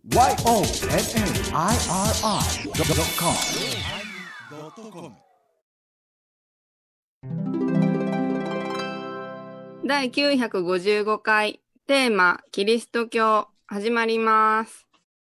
YONNIRI.com 第955回テーマキリスト教始まります。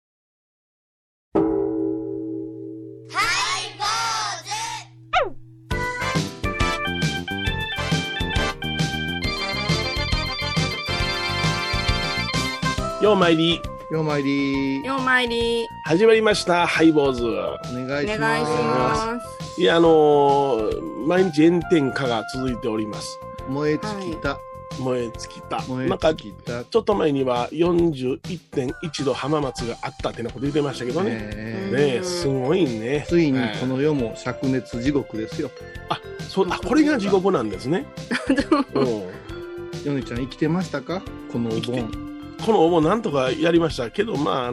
ようまいりようまいりようまいり始まりましたハイボーズ。 お願いしお願いしまます。 いや毎日炎天下が続いております。 す。燃え尽きた、 燃え尽きた。 燃えなんか尽きた。 ちょっと前には 41.1 度浜松があったってなこと言ってましたけどね。ねえすごいね。 ついにこの世も灼熱地獄ですよ。 これが地獄なんですね。 ヨネちゃん生きてましたか、このお盆。 このお盆なんとかやりましたけど、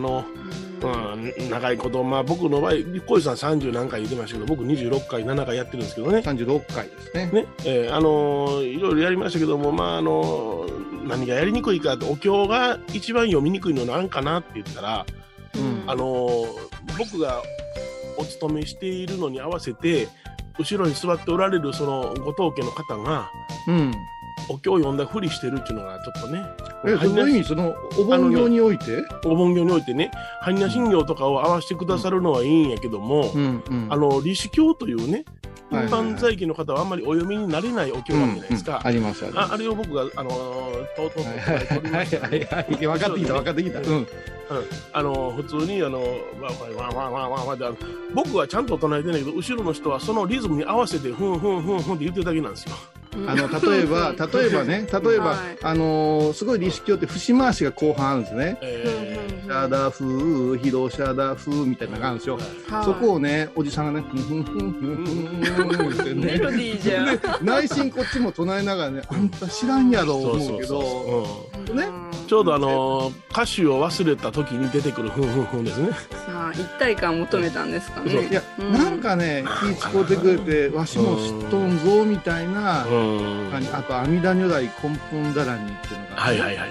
長いこと、僕の場合小石さん30何回言ってましたけど、僕26回7回やってるんですけどね。 36回ですね。 いろいろやりましたけども、何がやりにくいかって、お経が一番読みにくいのなんかなって言ったら、僕がお勤めしているのに合わせて後ろに座っておられるそのご当家の方が、お経を読んだふりしてるっていうのがちょっとね。 その意味、そのお盆行において、 お盆行においてね、般若心経とかを合わせてくださるのはいいんやけども、利子経というね、一般在家の方はあんまりお読みになれないお経あるじゃないですか。 あります。 あれを僕がとうとうと分かってきた。 普通に僕はちゃんと唱えてないけど、後ろの人はそのリズムに合わせてふんふんふんふんって言ってるだけなんですよ。 例えばすごい利子経って節回しが後半あるんですね。シャダフーヒロシャダフーみたいなのがあるんですよ。そこをね、おじさんがね、ふんふんふんふんふんってね、 メロディーじゃん。 内心こっちも唱えながらね、あんた知らんやろ思うけどね。 ちょうど歌詞を忘れた時に出てくるふんふんふんですね。 一体感求めたんですかね。 いや、なんかね、気使ってくれて、わしも知っとんぞみたいな。あと、阿弥陀如来根本だらにっていうのが、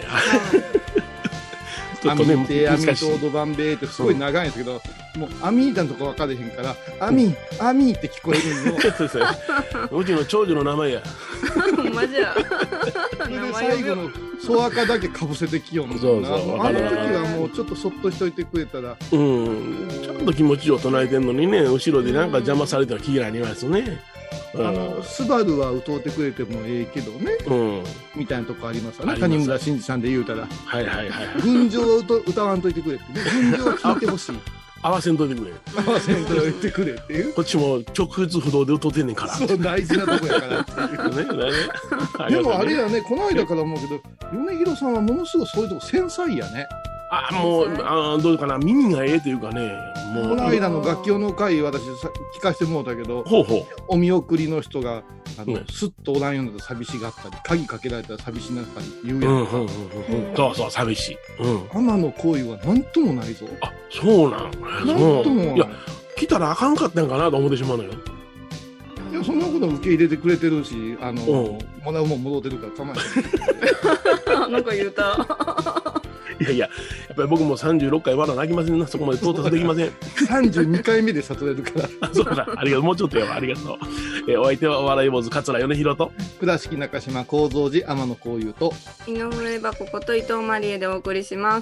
阿弥陀ドバンベーってすごい長いんですけど、もう阿弥陀のとこ分かれへんから、阿弥って聞こえるの。 うちの長女の名前や。 ほんまじゃ。 それで最後のソアカだけかぶせてきよんの。あの時はもうちょっとそっとしといてくれたら。 ちゃんと気持ちを唱えてんのにね、後ろでなんか邪魔されたら気がありますね。 スバルは歌うてくれてもええけどね、みたいなとこありますよね。谷村新司さんで言うたら、群青は歌わんといてくれってね、群青は聞いてほしい。 合わせんといてくれ。 合わせんといてくれっていう。 こっちも直接不動で歌ってんねんから。 そう、大事なとこやからっていうね。でもあれやね、この間から思うけど、米広さんはものすごいそういうとこ繊細やね。 どうかな、耳がええというかね。 この間の楽器用の会、私聞かせてもらったけど、お見送りの人がスッとおらんようになったら寂しがったり、鍵かけられたら寂しなったり言うやんか。 そうそう、寂しい。 天の行為は何ともないぞ。 あ、そうなん。 何ともない。 いや、来たらあかんかったんかなと思ってしまうのよ。 いや、そんなこと受け入れてくれてるし、もらうもん戻ってるから構えない。 なんか言うた。 やっぱり僕も36回まだ泣きませんな。そこまで到達できません。 32回目で悟れるから。 そうだ、ありがとう。もうちょっとよ、ありがとう。お相手はお笑い坊主桂米広と倉敷中島幸三寺天野幸雄と井上箱こと伊藤マリエでお送りします。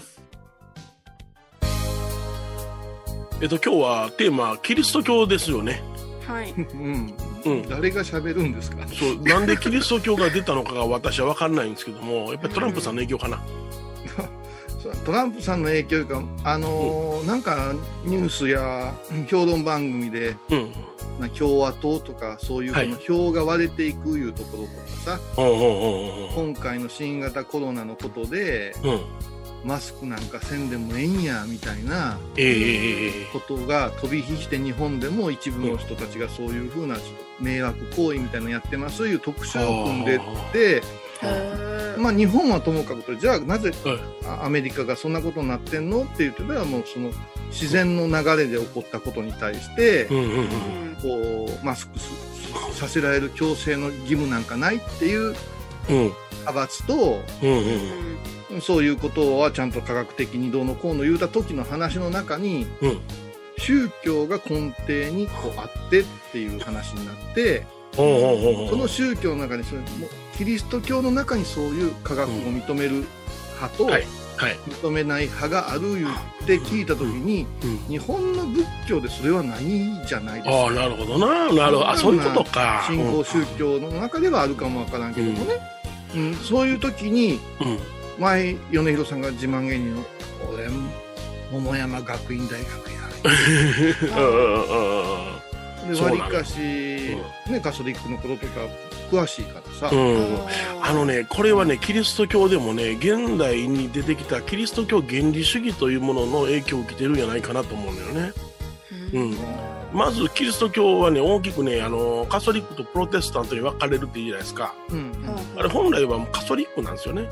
今日はテーマキリスト教ですよね。 はい。 誰が喋るんですか。 そう、なんでキリスト教が出たのかが私は分かんないんですけども、やっぱりトランプさんの影響かな。 トランプさんの影響か、なんかニュースや評論番組で、共和党とかそういう票が割れていくいうところとかさ、今回の新型コロナのことで、マスクなんかせんでもええんやみたいなことが飛び火して日本でも一部の人たちがそういうふうな迷惑行為みたいなのやってますという特集を組んでって、日本はともかくとじゃあなぜアメリカがそんなことになってんのって言ってたらもうその自然の流れで起こったことに対してこうマスクさせられる強制の義務なんかないっていう派閥と、そういうことはちゃんと科学的にどうのこうの言うた時の話の中に、宗教が根底にこうあってっていう話になって、その宗教の中にキリスト教の中にそういう科学を認める派と、認めない派がある言って聞いたときに、日本の仏教でそれはないじゃないですか。 なるほどな。なるほど。そういうことか。 新興宗教の中ではあるかもわからんけどもね。そういうときに、前、米広さんが自慢げに俺、桃山学院大学や。で、わりかし、ね、カソリックのこととか詳しいからさ。 これはね、キリスト教でもね、現代に出てきたキリスト教原理主義というものの影響を受けてるんじゃないかなと思うんだよね。まず、キリスト教はね、大きくね、カソリックとプロテスタントに分かれるっていいじゃないですか。あれ、本来はカソリックなんですよね。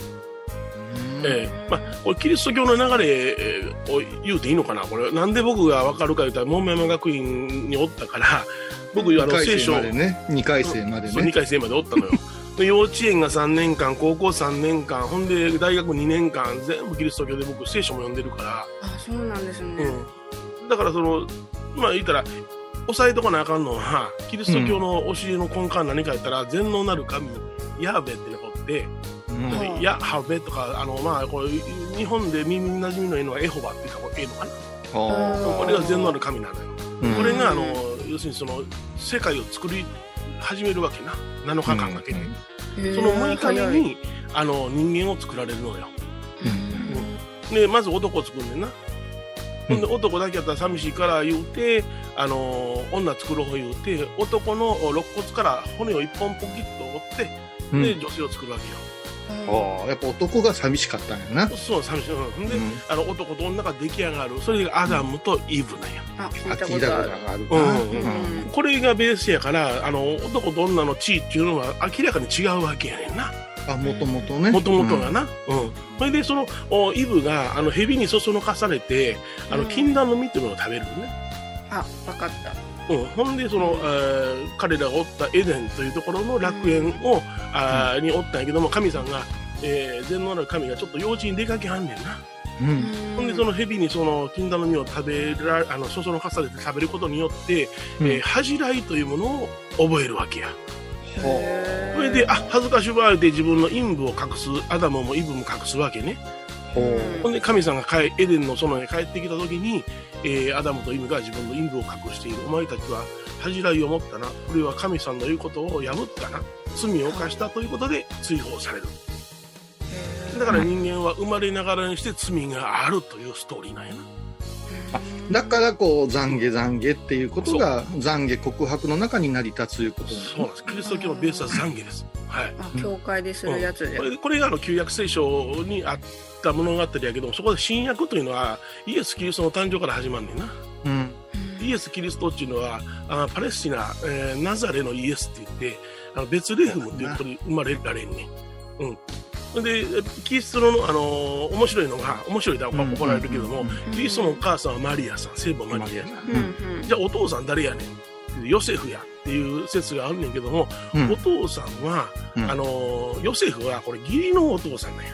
これキリスト教の流れを言うていいのかな。これなんで僕が分かるか言ったら桃山学院におったから、僕聖書 2回生までね 2回生までおったのよ。幼稚園が3年間、高校3年間、ほんで大学2年間全部キリスト教で僕聖書も読んでるから。 そうなんですね。 だから言ったら押さえとかなあかんのは、キリスト教の教えの根幹は何か言ったら、全能なる神ヤーベって残って、ヤハベとかこれ日本で耳なじみのいいのはエホバっていうかいいのかな。これが全能なる神なのよ。これが要するに世界を作り始めるわけな。7日間かけて、その6日目に人間を作られるのよ。でまず男を作るんだよな。ほんで男だけやったら寂しいから言うて、女作ろう言うて、男の肋骨から骨を一本ポキッと折って、で女性を作るわけよ。 やっぱ男が寂しかったんやな。 そう、寂しい。で、男と女が出来上がる。それがアダムとイブなんや。 聞いたことある。 これがベースやから、男と女の地位っていうのは明らかに違うわけやねんな。 もともとね。 もともとがな。それで、イブが、蛇にそそのかされて、禁断の実っていうのを食べるのね。 わかった。 ほんで彼らがおったエデンというところの楽園を、におったんやけども、神さんが、全能なる神がちょっと幼稚に出かけはんねんな。ほんで蛇に禁断の実をそそのかされて食べることによって、恥じらいというものを覚えるわけや。それで恥ずかしばられて自分の陰部を隠す、アダムもイブも隠すわけね。ほんで神さんがエデンの園に帰ってきた時に、アダムとイブが自分の陰部を隠している。お前たちは恥じらいを持ったな。これは神さんの言うことを破ったな。罪を犯したということで追放される。だから人間は生まれながらにして罪があるというストーリーなんやな。 だから懺悔っていうことが懺悔告白の中に成り立つということなんですね。 そうなんです。キリスト教のベースは懺悔です。 教会でするやつで。これが旧約聖書にあった物語やけども、そこで新約というのはイエス・キリストの誕生から始まるんだよな。イエス・キリストっていうのはパレスチナ、ナザレのイエスって言ってベツレヘムっていうところに生まれられんね。でキリストの面白いのが面白いだろうか怒られるけども、キリストのお母さんはマリアさん、聖母マリアさん。じゃあお父さん誰やねん、ヨセフやっていう説があるねんけども、お父さんはヨセフはこれ義理のお父さんなんや。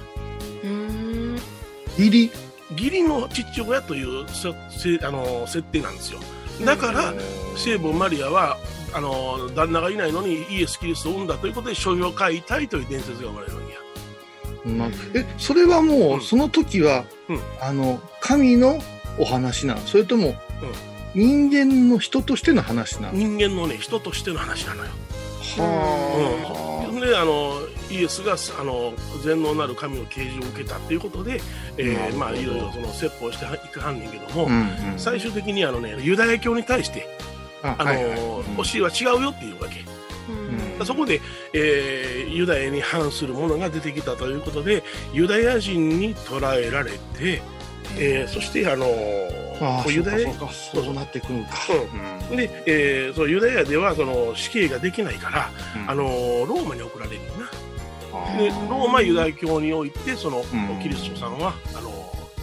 義理の父親という設定なんですよ。だから聖母マリアは旦那がいないのにイエス・キリストを産んだということで書を書いたいという伝説が生まれるわけや。 それはもう、その時は、神のお話なの？それとも、人間の人としての話なの？ 人間のね、人としての話なのよ。で、イエスが全能なる神の啓示を受けたということで、いろいろ説法していくはんねんけども、最終的にユダヤ教に対して教えは違うよっていうわけ。そこで、ユダヤに反するものが出てきたということで、ユダヤ人に捕らえられて、そしてユダヤそうなってくるか。 で、ユダヤでは死刑ができないから、ローマに送られるな。でローマユダヤ教においてキリストさんは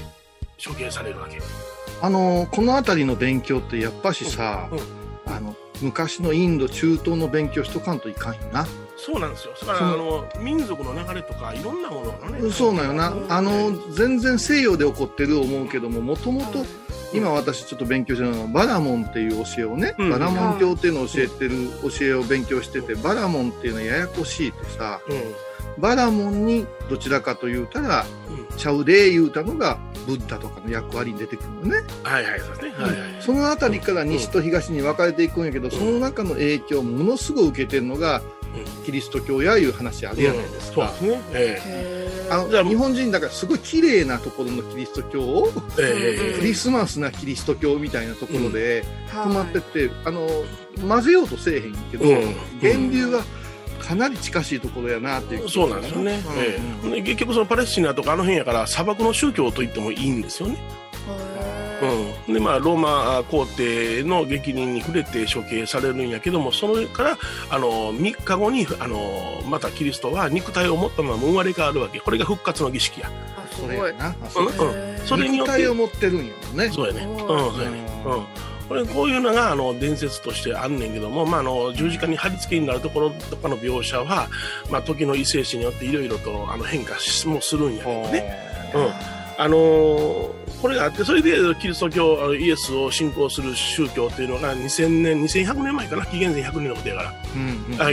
処刑されるわけ。 この辺りの勉強ってやっぱしさ、 昔のインド中東の勉強しとかんといかんよな。 そうなんですよ。だから民族の流れとかいろんなものがね。 そうなんよな。全然西洋で起こってる思うけども、もともと今私ちょっと勉強してるのはバラモンっていう教えをね、バラモン教っていうのを教えてる教えを勉強してて、バラモンっていうのはややこしいってさ、バラモンにどちらかというたら、チャウレー言うたのがブッダとかの役割に出てくるのね。 はいはい、そうですね。はいはい。 そのあたりから西と東に分かれていくんやけど、その中の影響をものすごい受けてるのが、キリスト教やいう話あるやないですか。 そうですね。 日本人だからすごい綺麗なところのキリスト教を、クリスマスなキリスト教みたいなところで止まってって、混ぜようとせえへんけど、源流がかなり近しいところやなっていう。 そうなんですよね。結局そのパレスチナとかあの辺やから砂漠の宗教と言ってもいいんですよね。でまあ、ローマ皇帝の逆鱗に触れて処刑されるんやけども、それから3日後にまたキリストは肉体を持ったまま生まれ変わるわけ。これが復活の儀式や。 それやな。 それによって肉体を持ってるんやもんね。 そうやね。そうやね。こういうのが伝説としてあんねんけども、十字架に貼り付けになるところとかの描写は、時の為政史によっていろいろと変化もするんやけどね。これがあって、それでキリスト教、イエスを信仰する宗教というのが2100年前かな、紀元前100年のことやから、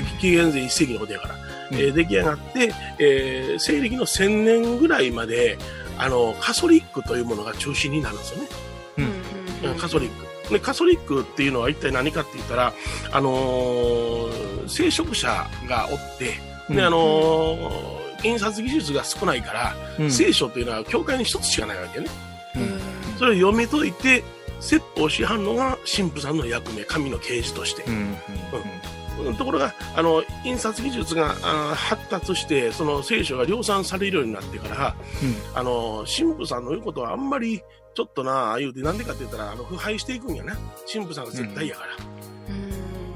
紀元前1世紀のことやから、出来上がって、西暦の1000年ぐらいまで、カソリックというものが中心になるんですよね。カソリック。でカソリックっていうのは一体何かって言ったら、聖職者がおって、で印刷技術が少ないから、聖書というのは教会に一つしかないわけね。それを読み解いて説法しはんのが神父さんの役目、神の啓示として。ところが印刷技術が発達して、その聖書が量産されるようになってから、神父さんの言うことはあんまりちょっとなあ言うて、なんでかって言ったら腐敗していくんやな、神父さんが絶対やから。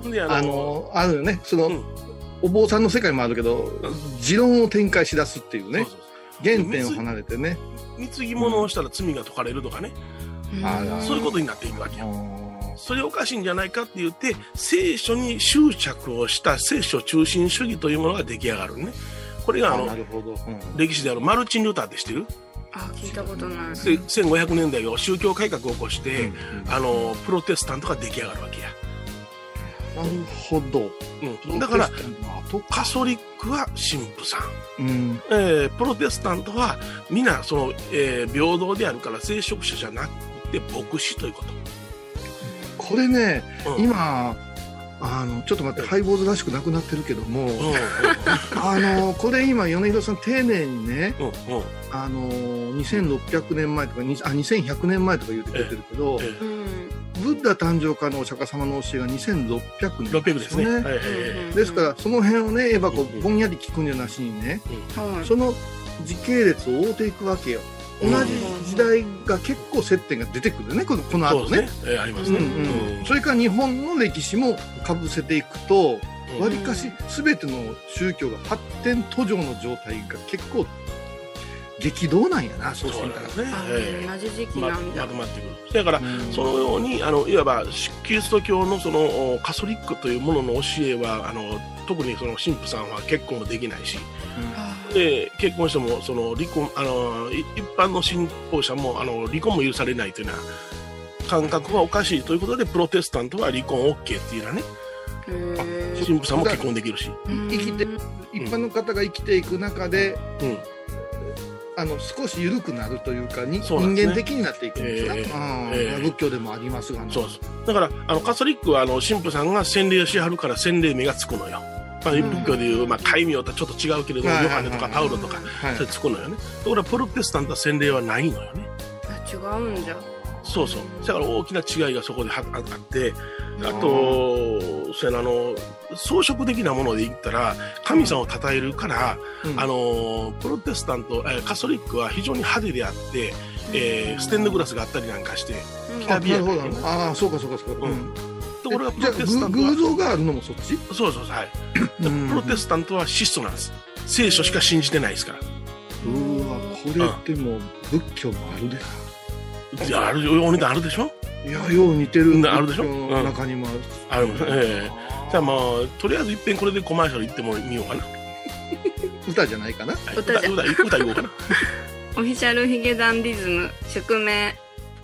であるよね、その、お坊さんの世界もあるけど、持論を展開しだすっていうね、原点を離れてね、 貢ぎ物をしたら罪が解かれるとかね、そういうことになっていくわけよ。それおかしいんじゃないかって言って、聖書に執着をした聖書中心主義というものが出来上がるね。これが歴史であるマルチン・ルターって知ってる？ 聞いたことない。 1500年代を宗教改革を起こして、プロテスタントが出来上がるわけや。 なるほど。 だからカソリックは神父さん、プロテスタントは皆その、平等であるから聖職者じゃなくて牧師ということ。 これね、今ちょっと待って、ハイボーズらしくなくなってるけども、これ今米広さん丁寧にね、2600年前とか2100年前とか言ってくれてるけど、ブッダ誕生からのお釈迦様の教えが2600年ですね。ですからその辺をね、ぼんやり聞くんじゃなしにね、その時系列を追っていくわけよ。同じ時代が結構接点が出てくるね、この後ね。 ありますね。 それから日本の歴史もかぶせていくと、わりかし全ての宗教が発展途上の状態が結構激動なんやな、そうしてみたらね。同じ時期なんだ。 まとまってくる。だからそのようにいわばキリスト教のそのカソリックというものの教えは特にその神父さんは結婚もできないし。で結婚してもその離婚一般の信仰者も離婚も許されないというような感覚はおかしいということで、プロテスタントは離婚 OK っていうのはね、神父さんも結婚できるし、 一般の方が生きていく中で、少し緩くなるというか人間的になっていくんですか。仏教でもありますがね。 だからカソリックは神父さんが洗礼をしはるから洗礼名がつくのよ。仏教でいう、戒名とはちょっと違うけれども、ヨハネとかパウロとか、それつくのよね。ところがプロテスタントは洗礼はないのよね。 違うんじゃ。 そうそう。だから大きな違いがそこであって、あと、装飾的なもので言ったら、神さんを称えるから、プロテスタント、カソリックは非常に派手であって、ステンドグラスがあったりなんかして、きらびやかに。 そうか。 ところがプロテスタントは偶像があるのもそっち？ そう、はい。プロテスタントは質素なんです。聖書しか信じてないですから。 これってもう仏教もあるで。 あるよ、お値段あるでしょ。 いや、よう似てる。 あるでしょ。 中にもある。じゃあまあとりあえず一遍これでコマーシャル行ってもみようかな。 歌じゃないかな。 歌言おうかな。 オフィシャルヒゲダンディズム宿命。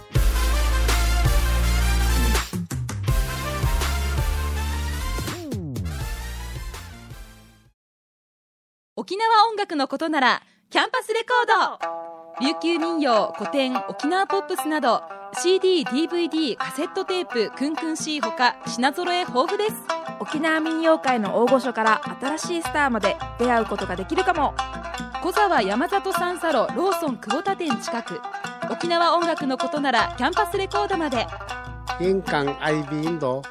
沖縄音楽のことならキャンパスレコード。琉球民謡、古典、沖縄ポップスなど CD、DVD、カセットテープ、クンクン C ほか品揃え豊富です。 沖縄民謡界の大御所から新しいスターまで出会うことができるかも。 小沢山里三佐路ローソン久保田店近く。沖縄音楽のことならキャンパスレコードまで。 印港 IB 印度。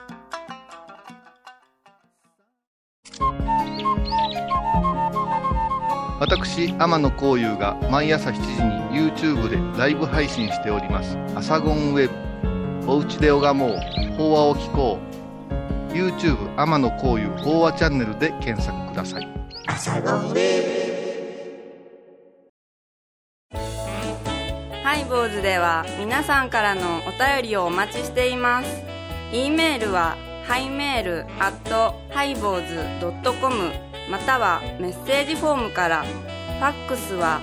私天野幸雄が毎朝7時に YouTube でライブ配信しておりますアサゴンウェブ。おうちで拝もう法話を聞こう。 YouTube 天野幸雄法話チャンネルで検索ください。 ハイボーズでは皆さんからのお便りをお待ちしています。 E メールはハイメール@highboz.com またはメッセージフォームから。ファックスは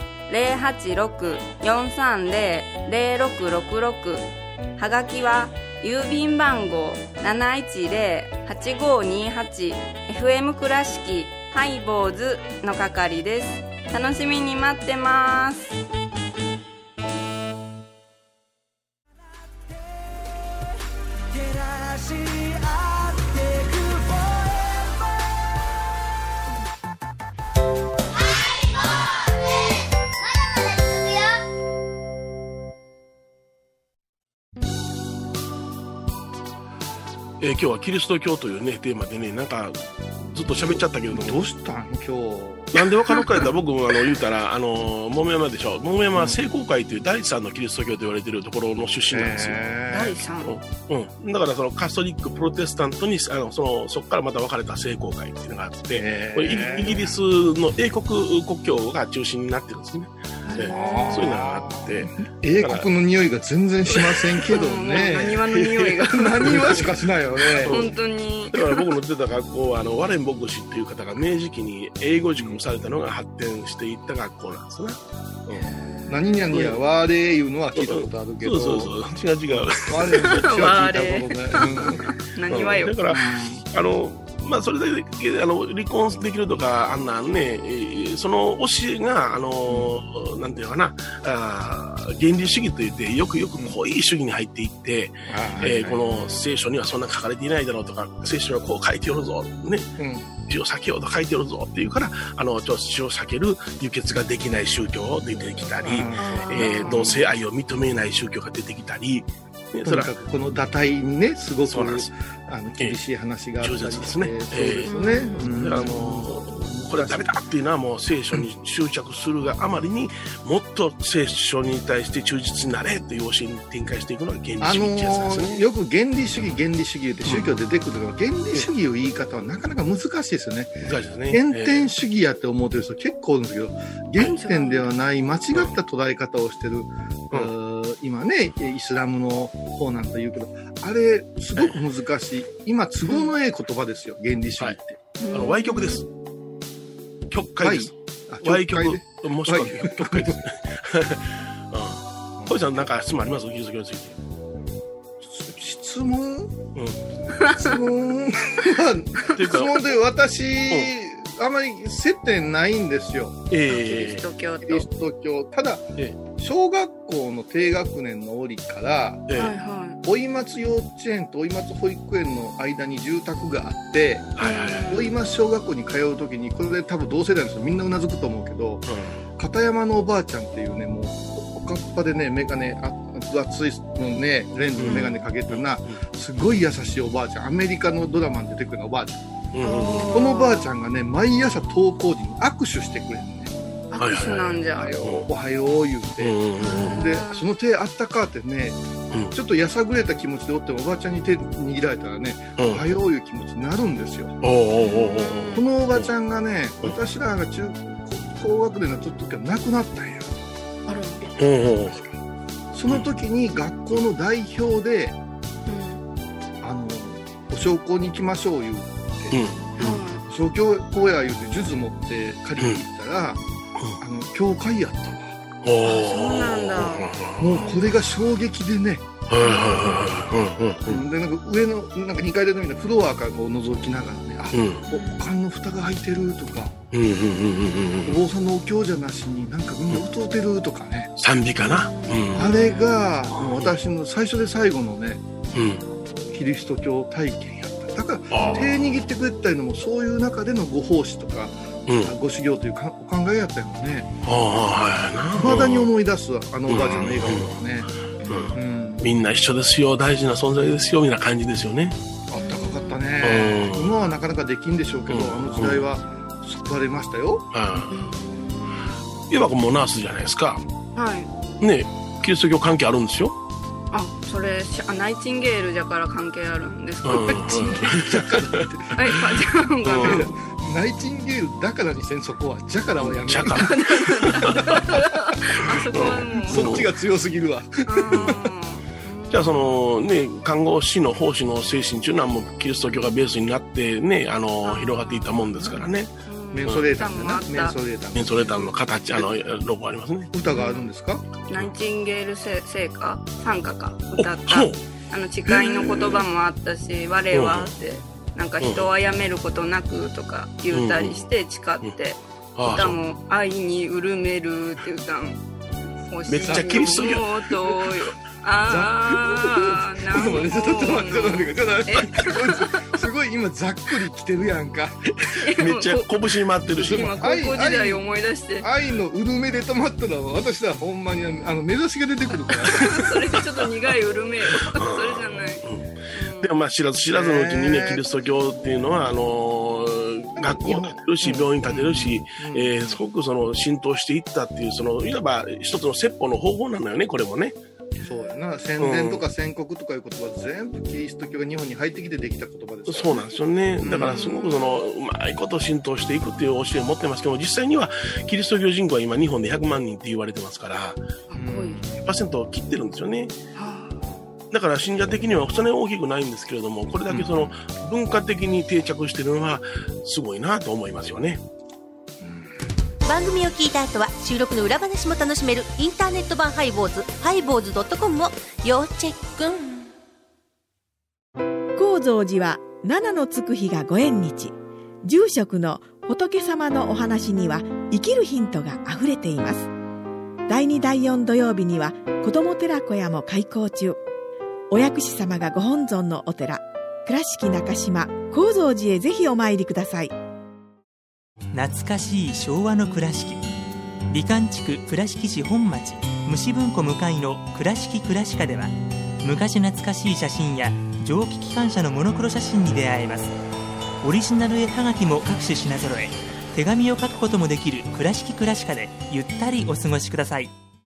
086-430-0666。はがきは郵便番号 710-8528 FM 倉敷ハイボーズの係です。楽しみに待ってます。 今日はキリスト教というねテーマでね、なんかずっと喋っちゃったけれども、 どうしたん今日。 なんで分かるかやったら僕言うたら桃山でしょ。桃山は聖公会という第三のキリスト教と言われているところの出身なんですよ。 第三。 だからそのカトリックプロテスタントにそこからまた分かれた聖公会っていうのがあって、これイギリスの英国国教が中心になってるんですね。そういうのがあって、 英国の匂いが全然しませんけどね。 何話の匂いが何話しかしないよね。 本当に。 だから僕の出た学校はワレン牧師っていう方が明治期に英語塾をされたのが発展していった学校なんですね。 何々やワーレーいうのは聞いたことあるけど、 そう違うワーレー牧師は聞いたことない。 何はよ。 だからまあそれで離婚できるとかあんなんね、その教えがなんていうかな、原理主義といってよく濃い主義に入っていって、この聖書にはそんな書かれていないだろうとか、聖書にはこう書いておるぞね、血を避けようと書いておるぞっていうから血を避ける輸血ができない宗教が出てきたり、同性愛を認めない宗教が出てきたり。 とにかくこの堕胎にねすごく厳しい話があったりして、そうですね。 だからこれはダメだっていうのはもう聖書に執着するがあまりにもっと聖書に対して忠実になれっていう教えに展開していくのが原理主義ってやつですね。 よく原理主義って宗教出てくるけど、原理主義いう言い方はなかなか難しいですよね。 難しいですね。 原点主義やって思ってる人結構いるんですけど、原点ではない間違った捉え方をしてる、今ねイスラムの方なんと言うけど、あれすごく難しい。今都合のいい言葉ですよ、原理主義って。 歪曲です。曲解です。歪曲もしくは曲解です。小井さんなんか質問あります？キリスト教について。 質問で私、あまり接点ないんですよ。 キリスト教と。 ただ、小学校の低学年の折から、追松幼稚園と追松保育園の間に住宅があって、追松小学校に通うときに、これで多分同世代の人みんなうなずくと思うけど、片山のおばあちゃんっていうね、もうおかっぱでね、メガネ分厚いのね、レンズのメガネかけてるな、すごい優しいおばあちゃん、アメリカのドラマに出てくるおばあちゃん。このおばあちゃんがね、毎朝登校時に握手してくれるね。 握手なんじゃ。 おはよう言うて、でその手あったかってね、ちょっとやさぐれた気持ちでおってもおばあちゃんに手握られたらね、おはよういう気持ちになるんですよ。このおばちゃんがね、私らが中高学年の時は亡くなったんや。その時に学校の代表でお焼香に行きましょう言うて、お焼香や言うて数珠持って借りに行ったら、教会やったわ。 そうなんだ。 もうこれが衝撃でね。でなんか上のなんか2階建てみたいなフロアからこう覗きながらね、お棺の蓋が開いてるとか、お坊さんのお経じゃなしになんかみんな歌うてるとかね。 賛美かな。 あれがもう私の最初で最後のね、キリスト教体験やった。だから手握ってくれたのもそういう中でのご奉仕とか、ご修行というお考えやったよね。未だに思い出すあのおばあちゃんの笑顔はね。 みんな一緒ですよ、大事な存在ですよみたいな感じですよね。 あったかかったね。今はなかなかできんでしょうけど、あの時代は救われましたよ。今もナースじゃないですか。ね、キリスト教関係あるんですよ。 それナイチンゲールじゃから関係あるんですか。ナイチンゲールじゃナイチンゲールだからにせん、そこはじゃからはやめる。 そこはもうそっちが強すぎるわ。 じゃあそのね、看護師の奉仕の精神というのはもうキリスト教がベースになってね、広がっていったもんですからね。 メンソレーターのメンソレーターの形、ロゴありますね。 歌があるんですか？ ナイチンゲール聖歌賛歌か歌った。誓いの言葉もあったし、我はってなんか人はやめることなくとか言うたりして誓って、歌も愛にうるめるって歌ん。 めっちゃキリスト教。 ちょっと待ってすごい今ざっくり来てるやんか。 めっちゃ拳に回ってるし、 今高校時代思い出して愛のうるめで止まったのは私はほんまに目指しが出てくるからそれちょっと苦いうるめよそれじゃない。 でも知らずのうちにね、キリスト教っていうのは学校建てるし病院建てるし、すごくその浸透していったっていう、そのいわば一つの説法の方法なのよね、これもね。 そうやな、宣伝とか宣告とかいう言葉全部キリスト教が日本に入ってきてできた言葉ですから、ね、そうなんですよね。だからすごくそのうまいこと浸透していくっていう教えを持ってますけども、実際にはキリスト教人口は今日本で100万人って言われてますから、100% を切ってるんですよね。だから信者的にはそんなに大きくないんですけれども、これだけその文化的に定着してるのはすごいなと思いますよね。 番組を聞いた後は収録の裏話も楽しめるインターネット版ハイボーズ、ハイボーズ.com を要チェック。 高蔵寺は七のつく日がご縁日。住職の仏様のお話には生きるヒントがあふれています。第2第4土曜日には子ども寺小屋も開校中。お薬師様がご本尊のお寺、倉敷中島・高蔵寺へぜひお参りください。 懐かしい昭和の倉敷、美観地区倉敷市本町虫文庫向かいの倉敷倉歯科では、昔懐かしい写真や蒸気機関車のモノクロ写真に出会えます。オリジナル絵はがきも各種品揃え、手紙を書くこともできる倉敷倉歯科でゆったりお過ごしください。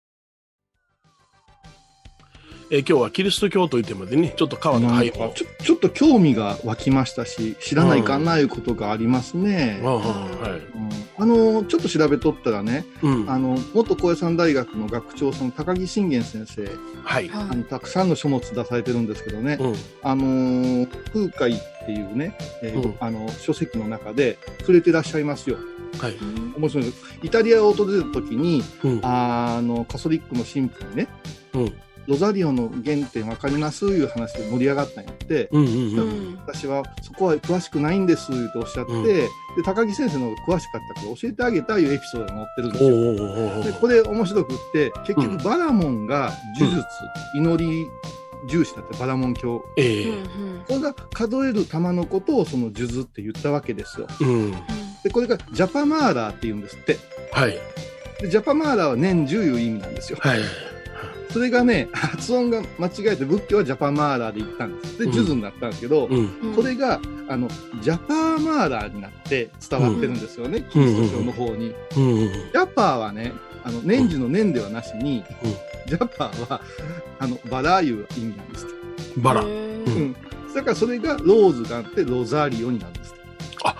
今日はキリスト教といってもね、ちょっと変わった配慮、 ちょっと興味が湧きましたし、知らないかないうことがありますね。ちょっと調べとったらね、元高野山大学の学長さん高木信玄先生、たくさんの書物出されてるんですけどね、空海っていうね、書籍の中で触れてらっしゃいますよ。面白いです。イタリアを訪れた時に、カソリックの神父にね、ロザリオの原点わかりますいう話で盛り上がったんやって、私はそこは詳しくないんですっておっしゃって、で高木先生の方が詳しかったから教えてあげたいうエピソードが載ってるんですよ。でこれ面白くって、結局バラモンが呪術、祈り重視だったバラモン教、これが数える玉のことをその数珠って言ったわけですよ。でこれがジャパマーラーって言うんですって。でジャパマーラーは年中いう意味なんですよ。それがね、発音が間違えて仏教はジャパマーラーで言ったんです。で、数珠になったんですけど、それがジャパーマーラーになって伝わってるんですよね、キリスト教の方に。ジャパーはね、年中の年ではなしに、ジャパーはバラいう意味なんです。 バラ。 だからそれがローズがあってロザリオになるんです。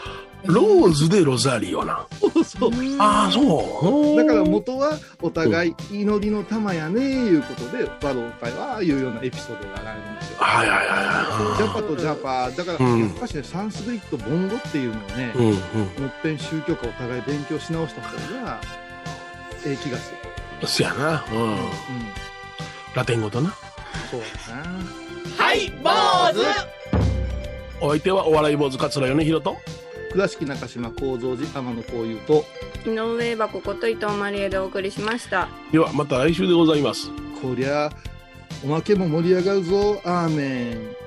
ローズでロザリオな。 そう。 ああ、そう。 だから元はお互い祈りの玉やねいうことで和老会はいうようなエピソードがあるんですよ。 はいはいはい。 ジャパとジャパだからやっぱしね、サンスクリットボンゴっていうのをね、もっぺん宗教家お互い勉強し直した方が気がする。 そやな。ラテン語とな。 そうだな。 はい坊主。 お相手はお笑い坊主桂米宏と倉敷中島幸三寺天野幸雄と井上箱こと伊藤マリエでお送りしました。 ではまた来週でございます。 こりゃおまけも盛り上がるぞ。アーメン。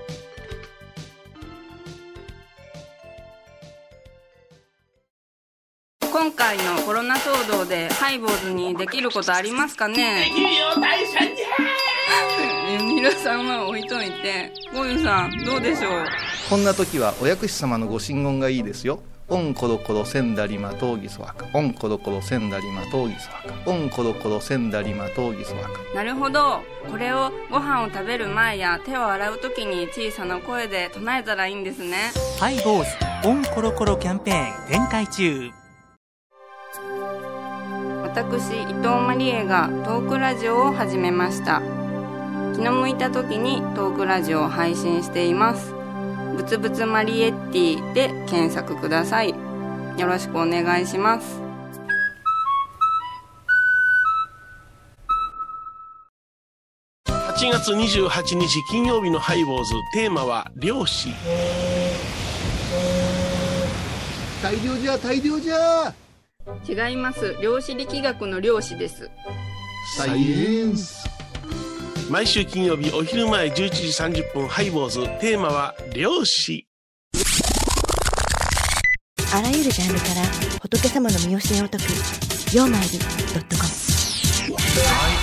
今回のコロナ騒動でハイボーズにできることありますかね。 できるよ大社じゃ。 皆さんは置いといて、ゴユさんどうでしょう。 こんな時はお薬師様のご神言がいいですよ。オンコロコロセンダリマトウギソワカ、オンコロコロセンダリマトウギソワカ、オンコロコロセンダリマトウギソワカ。 なるほど。これをご飯を食べる前や手を洗う時に小さな声で唱えたらいいんですね。 ハイボーズオンコロコロキャンペーン展開中。 私伊藤マリエがトークラジオを始めました。気の向いた時にトークラジオを配信しています。ぶつぶつマリエッティで検索ください。よろしくお願いします。 8月28日金曜日のハイボーズ、テーマは漁師。 大量じゃ大量じゃ。 違います。量子力学の量子です。 サイエンス。 毎週金曜日お昼前11時30分ハイボーズ、テーマは漁師。 あらゆるジャンルから仏様の身教えを解く曜マイル.com。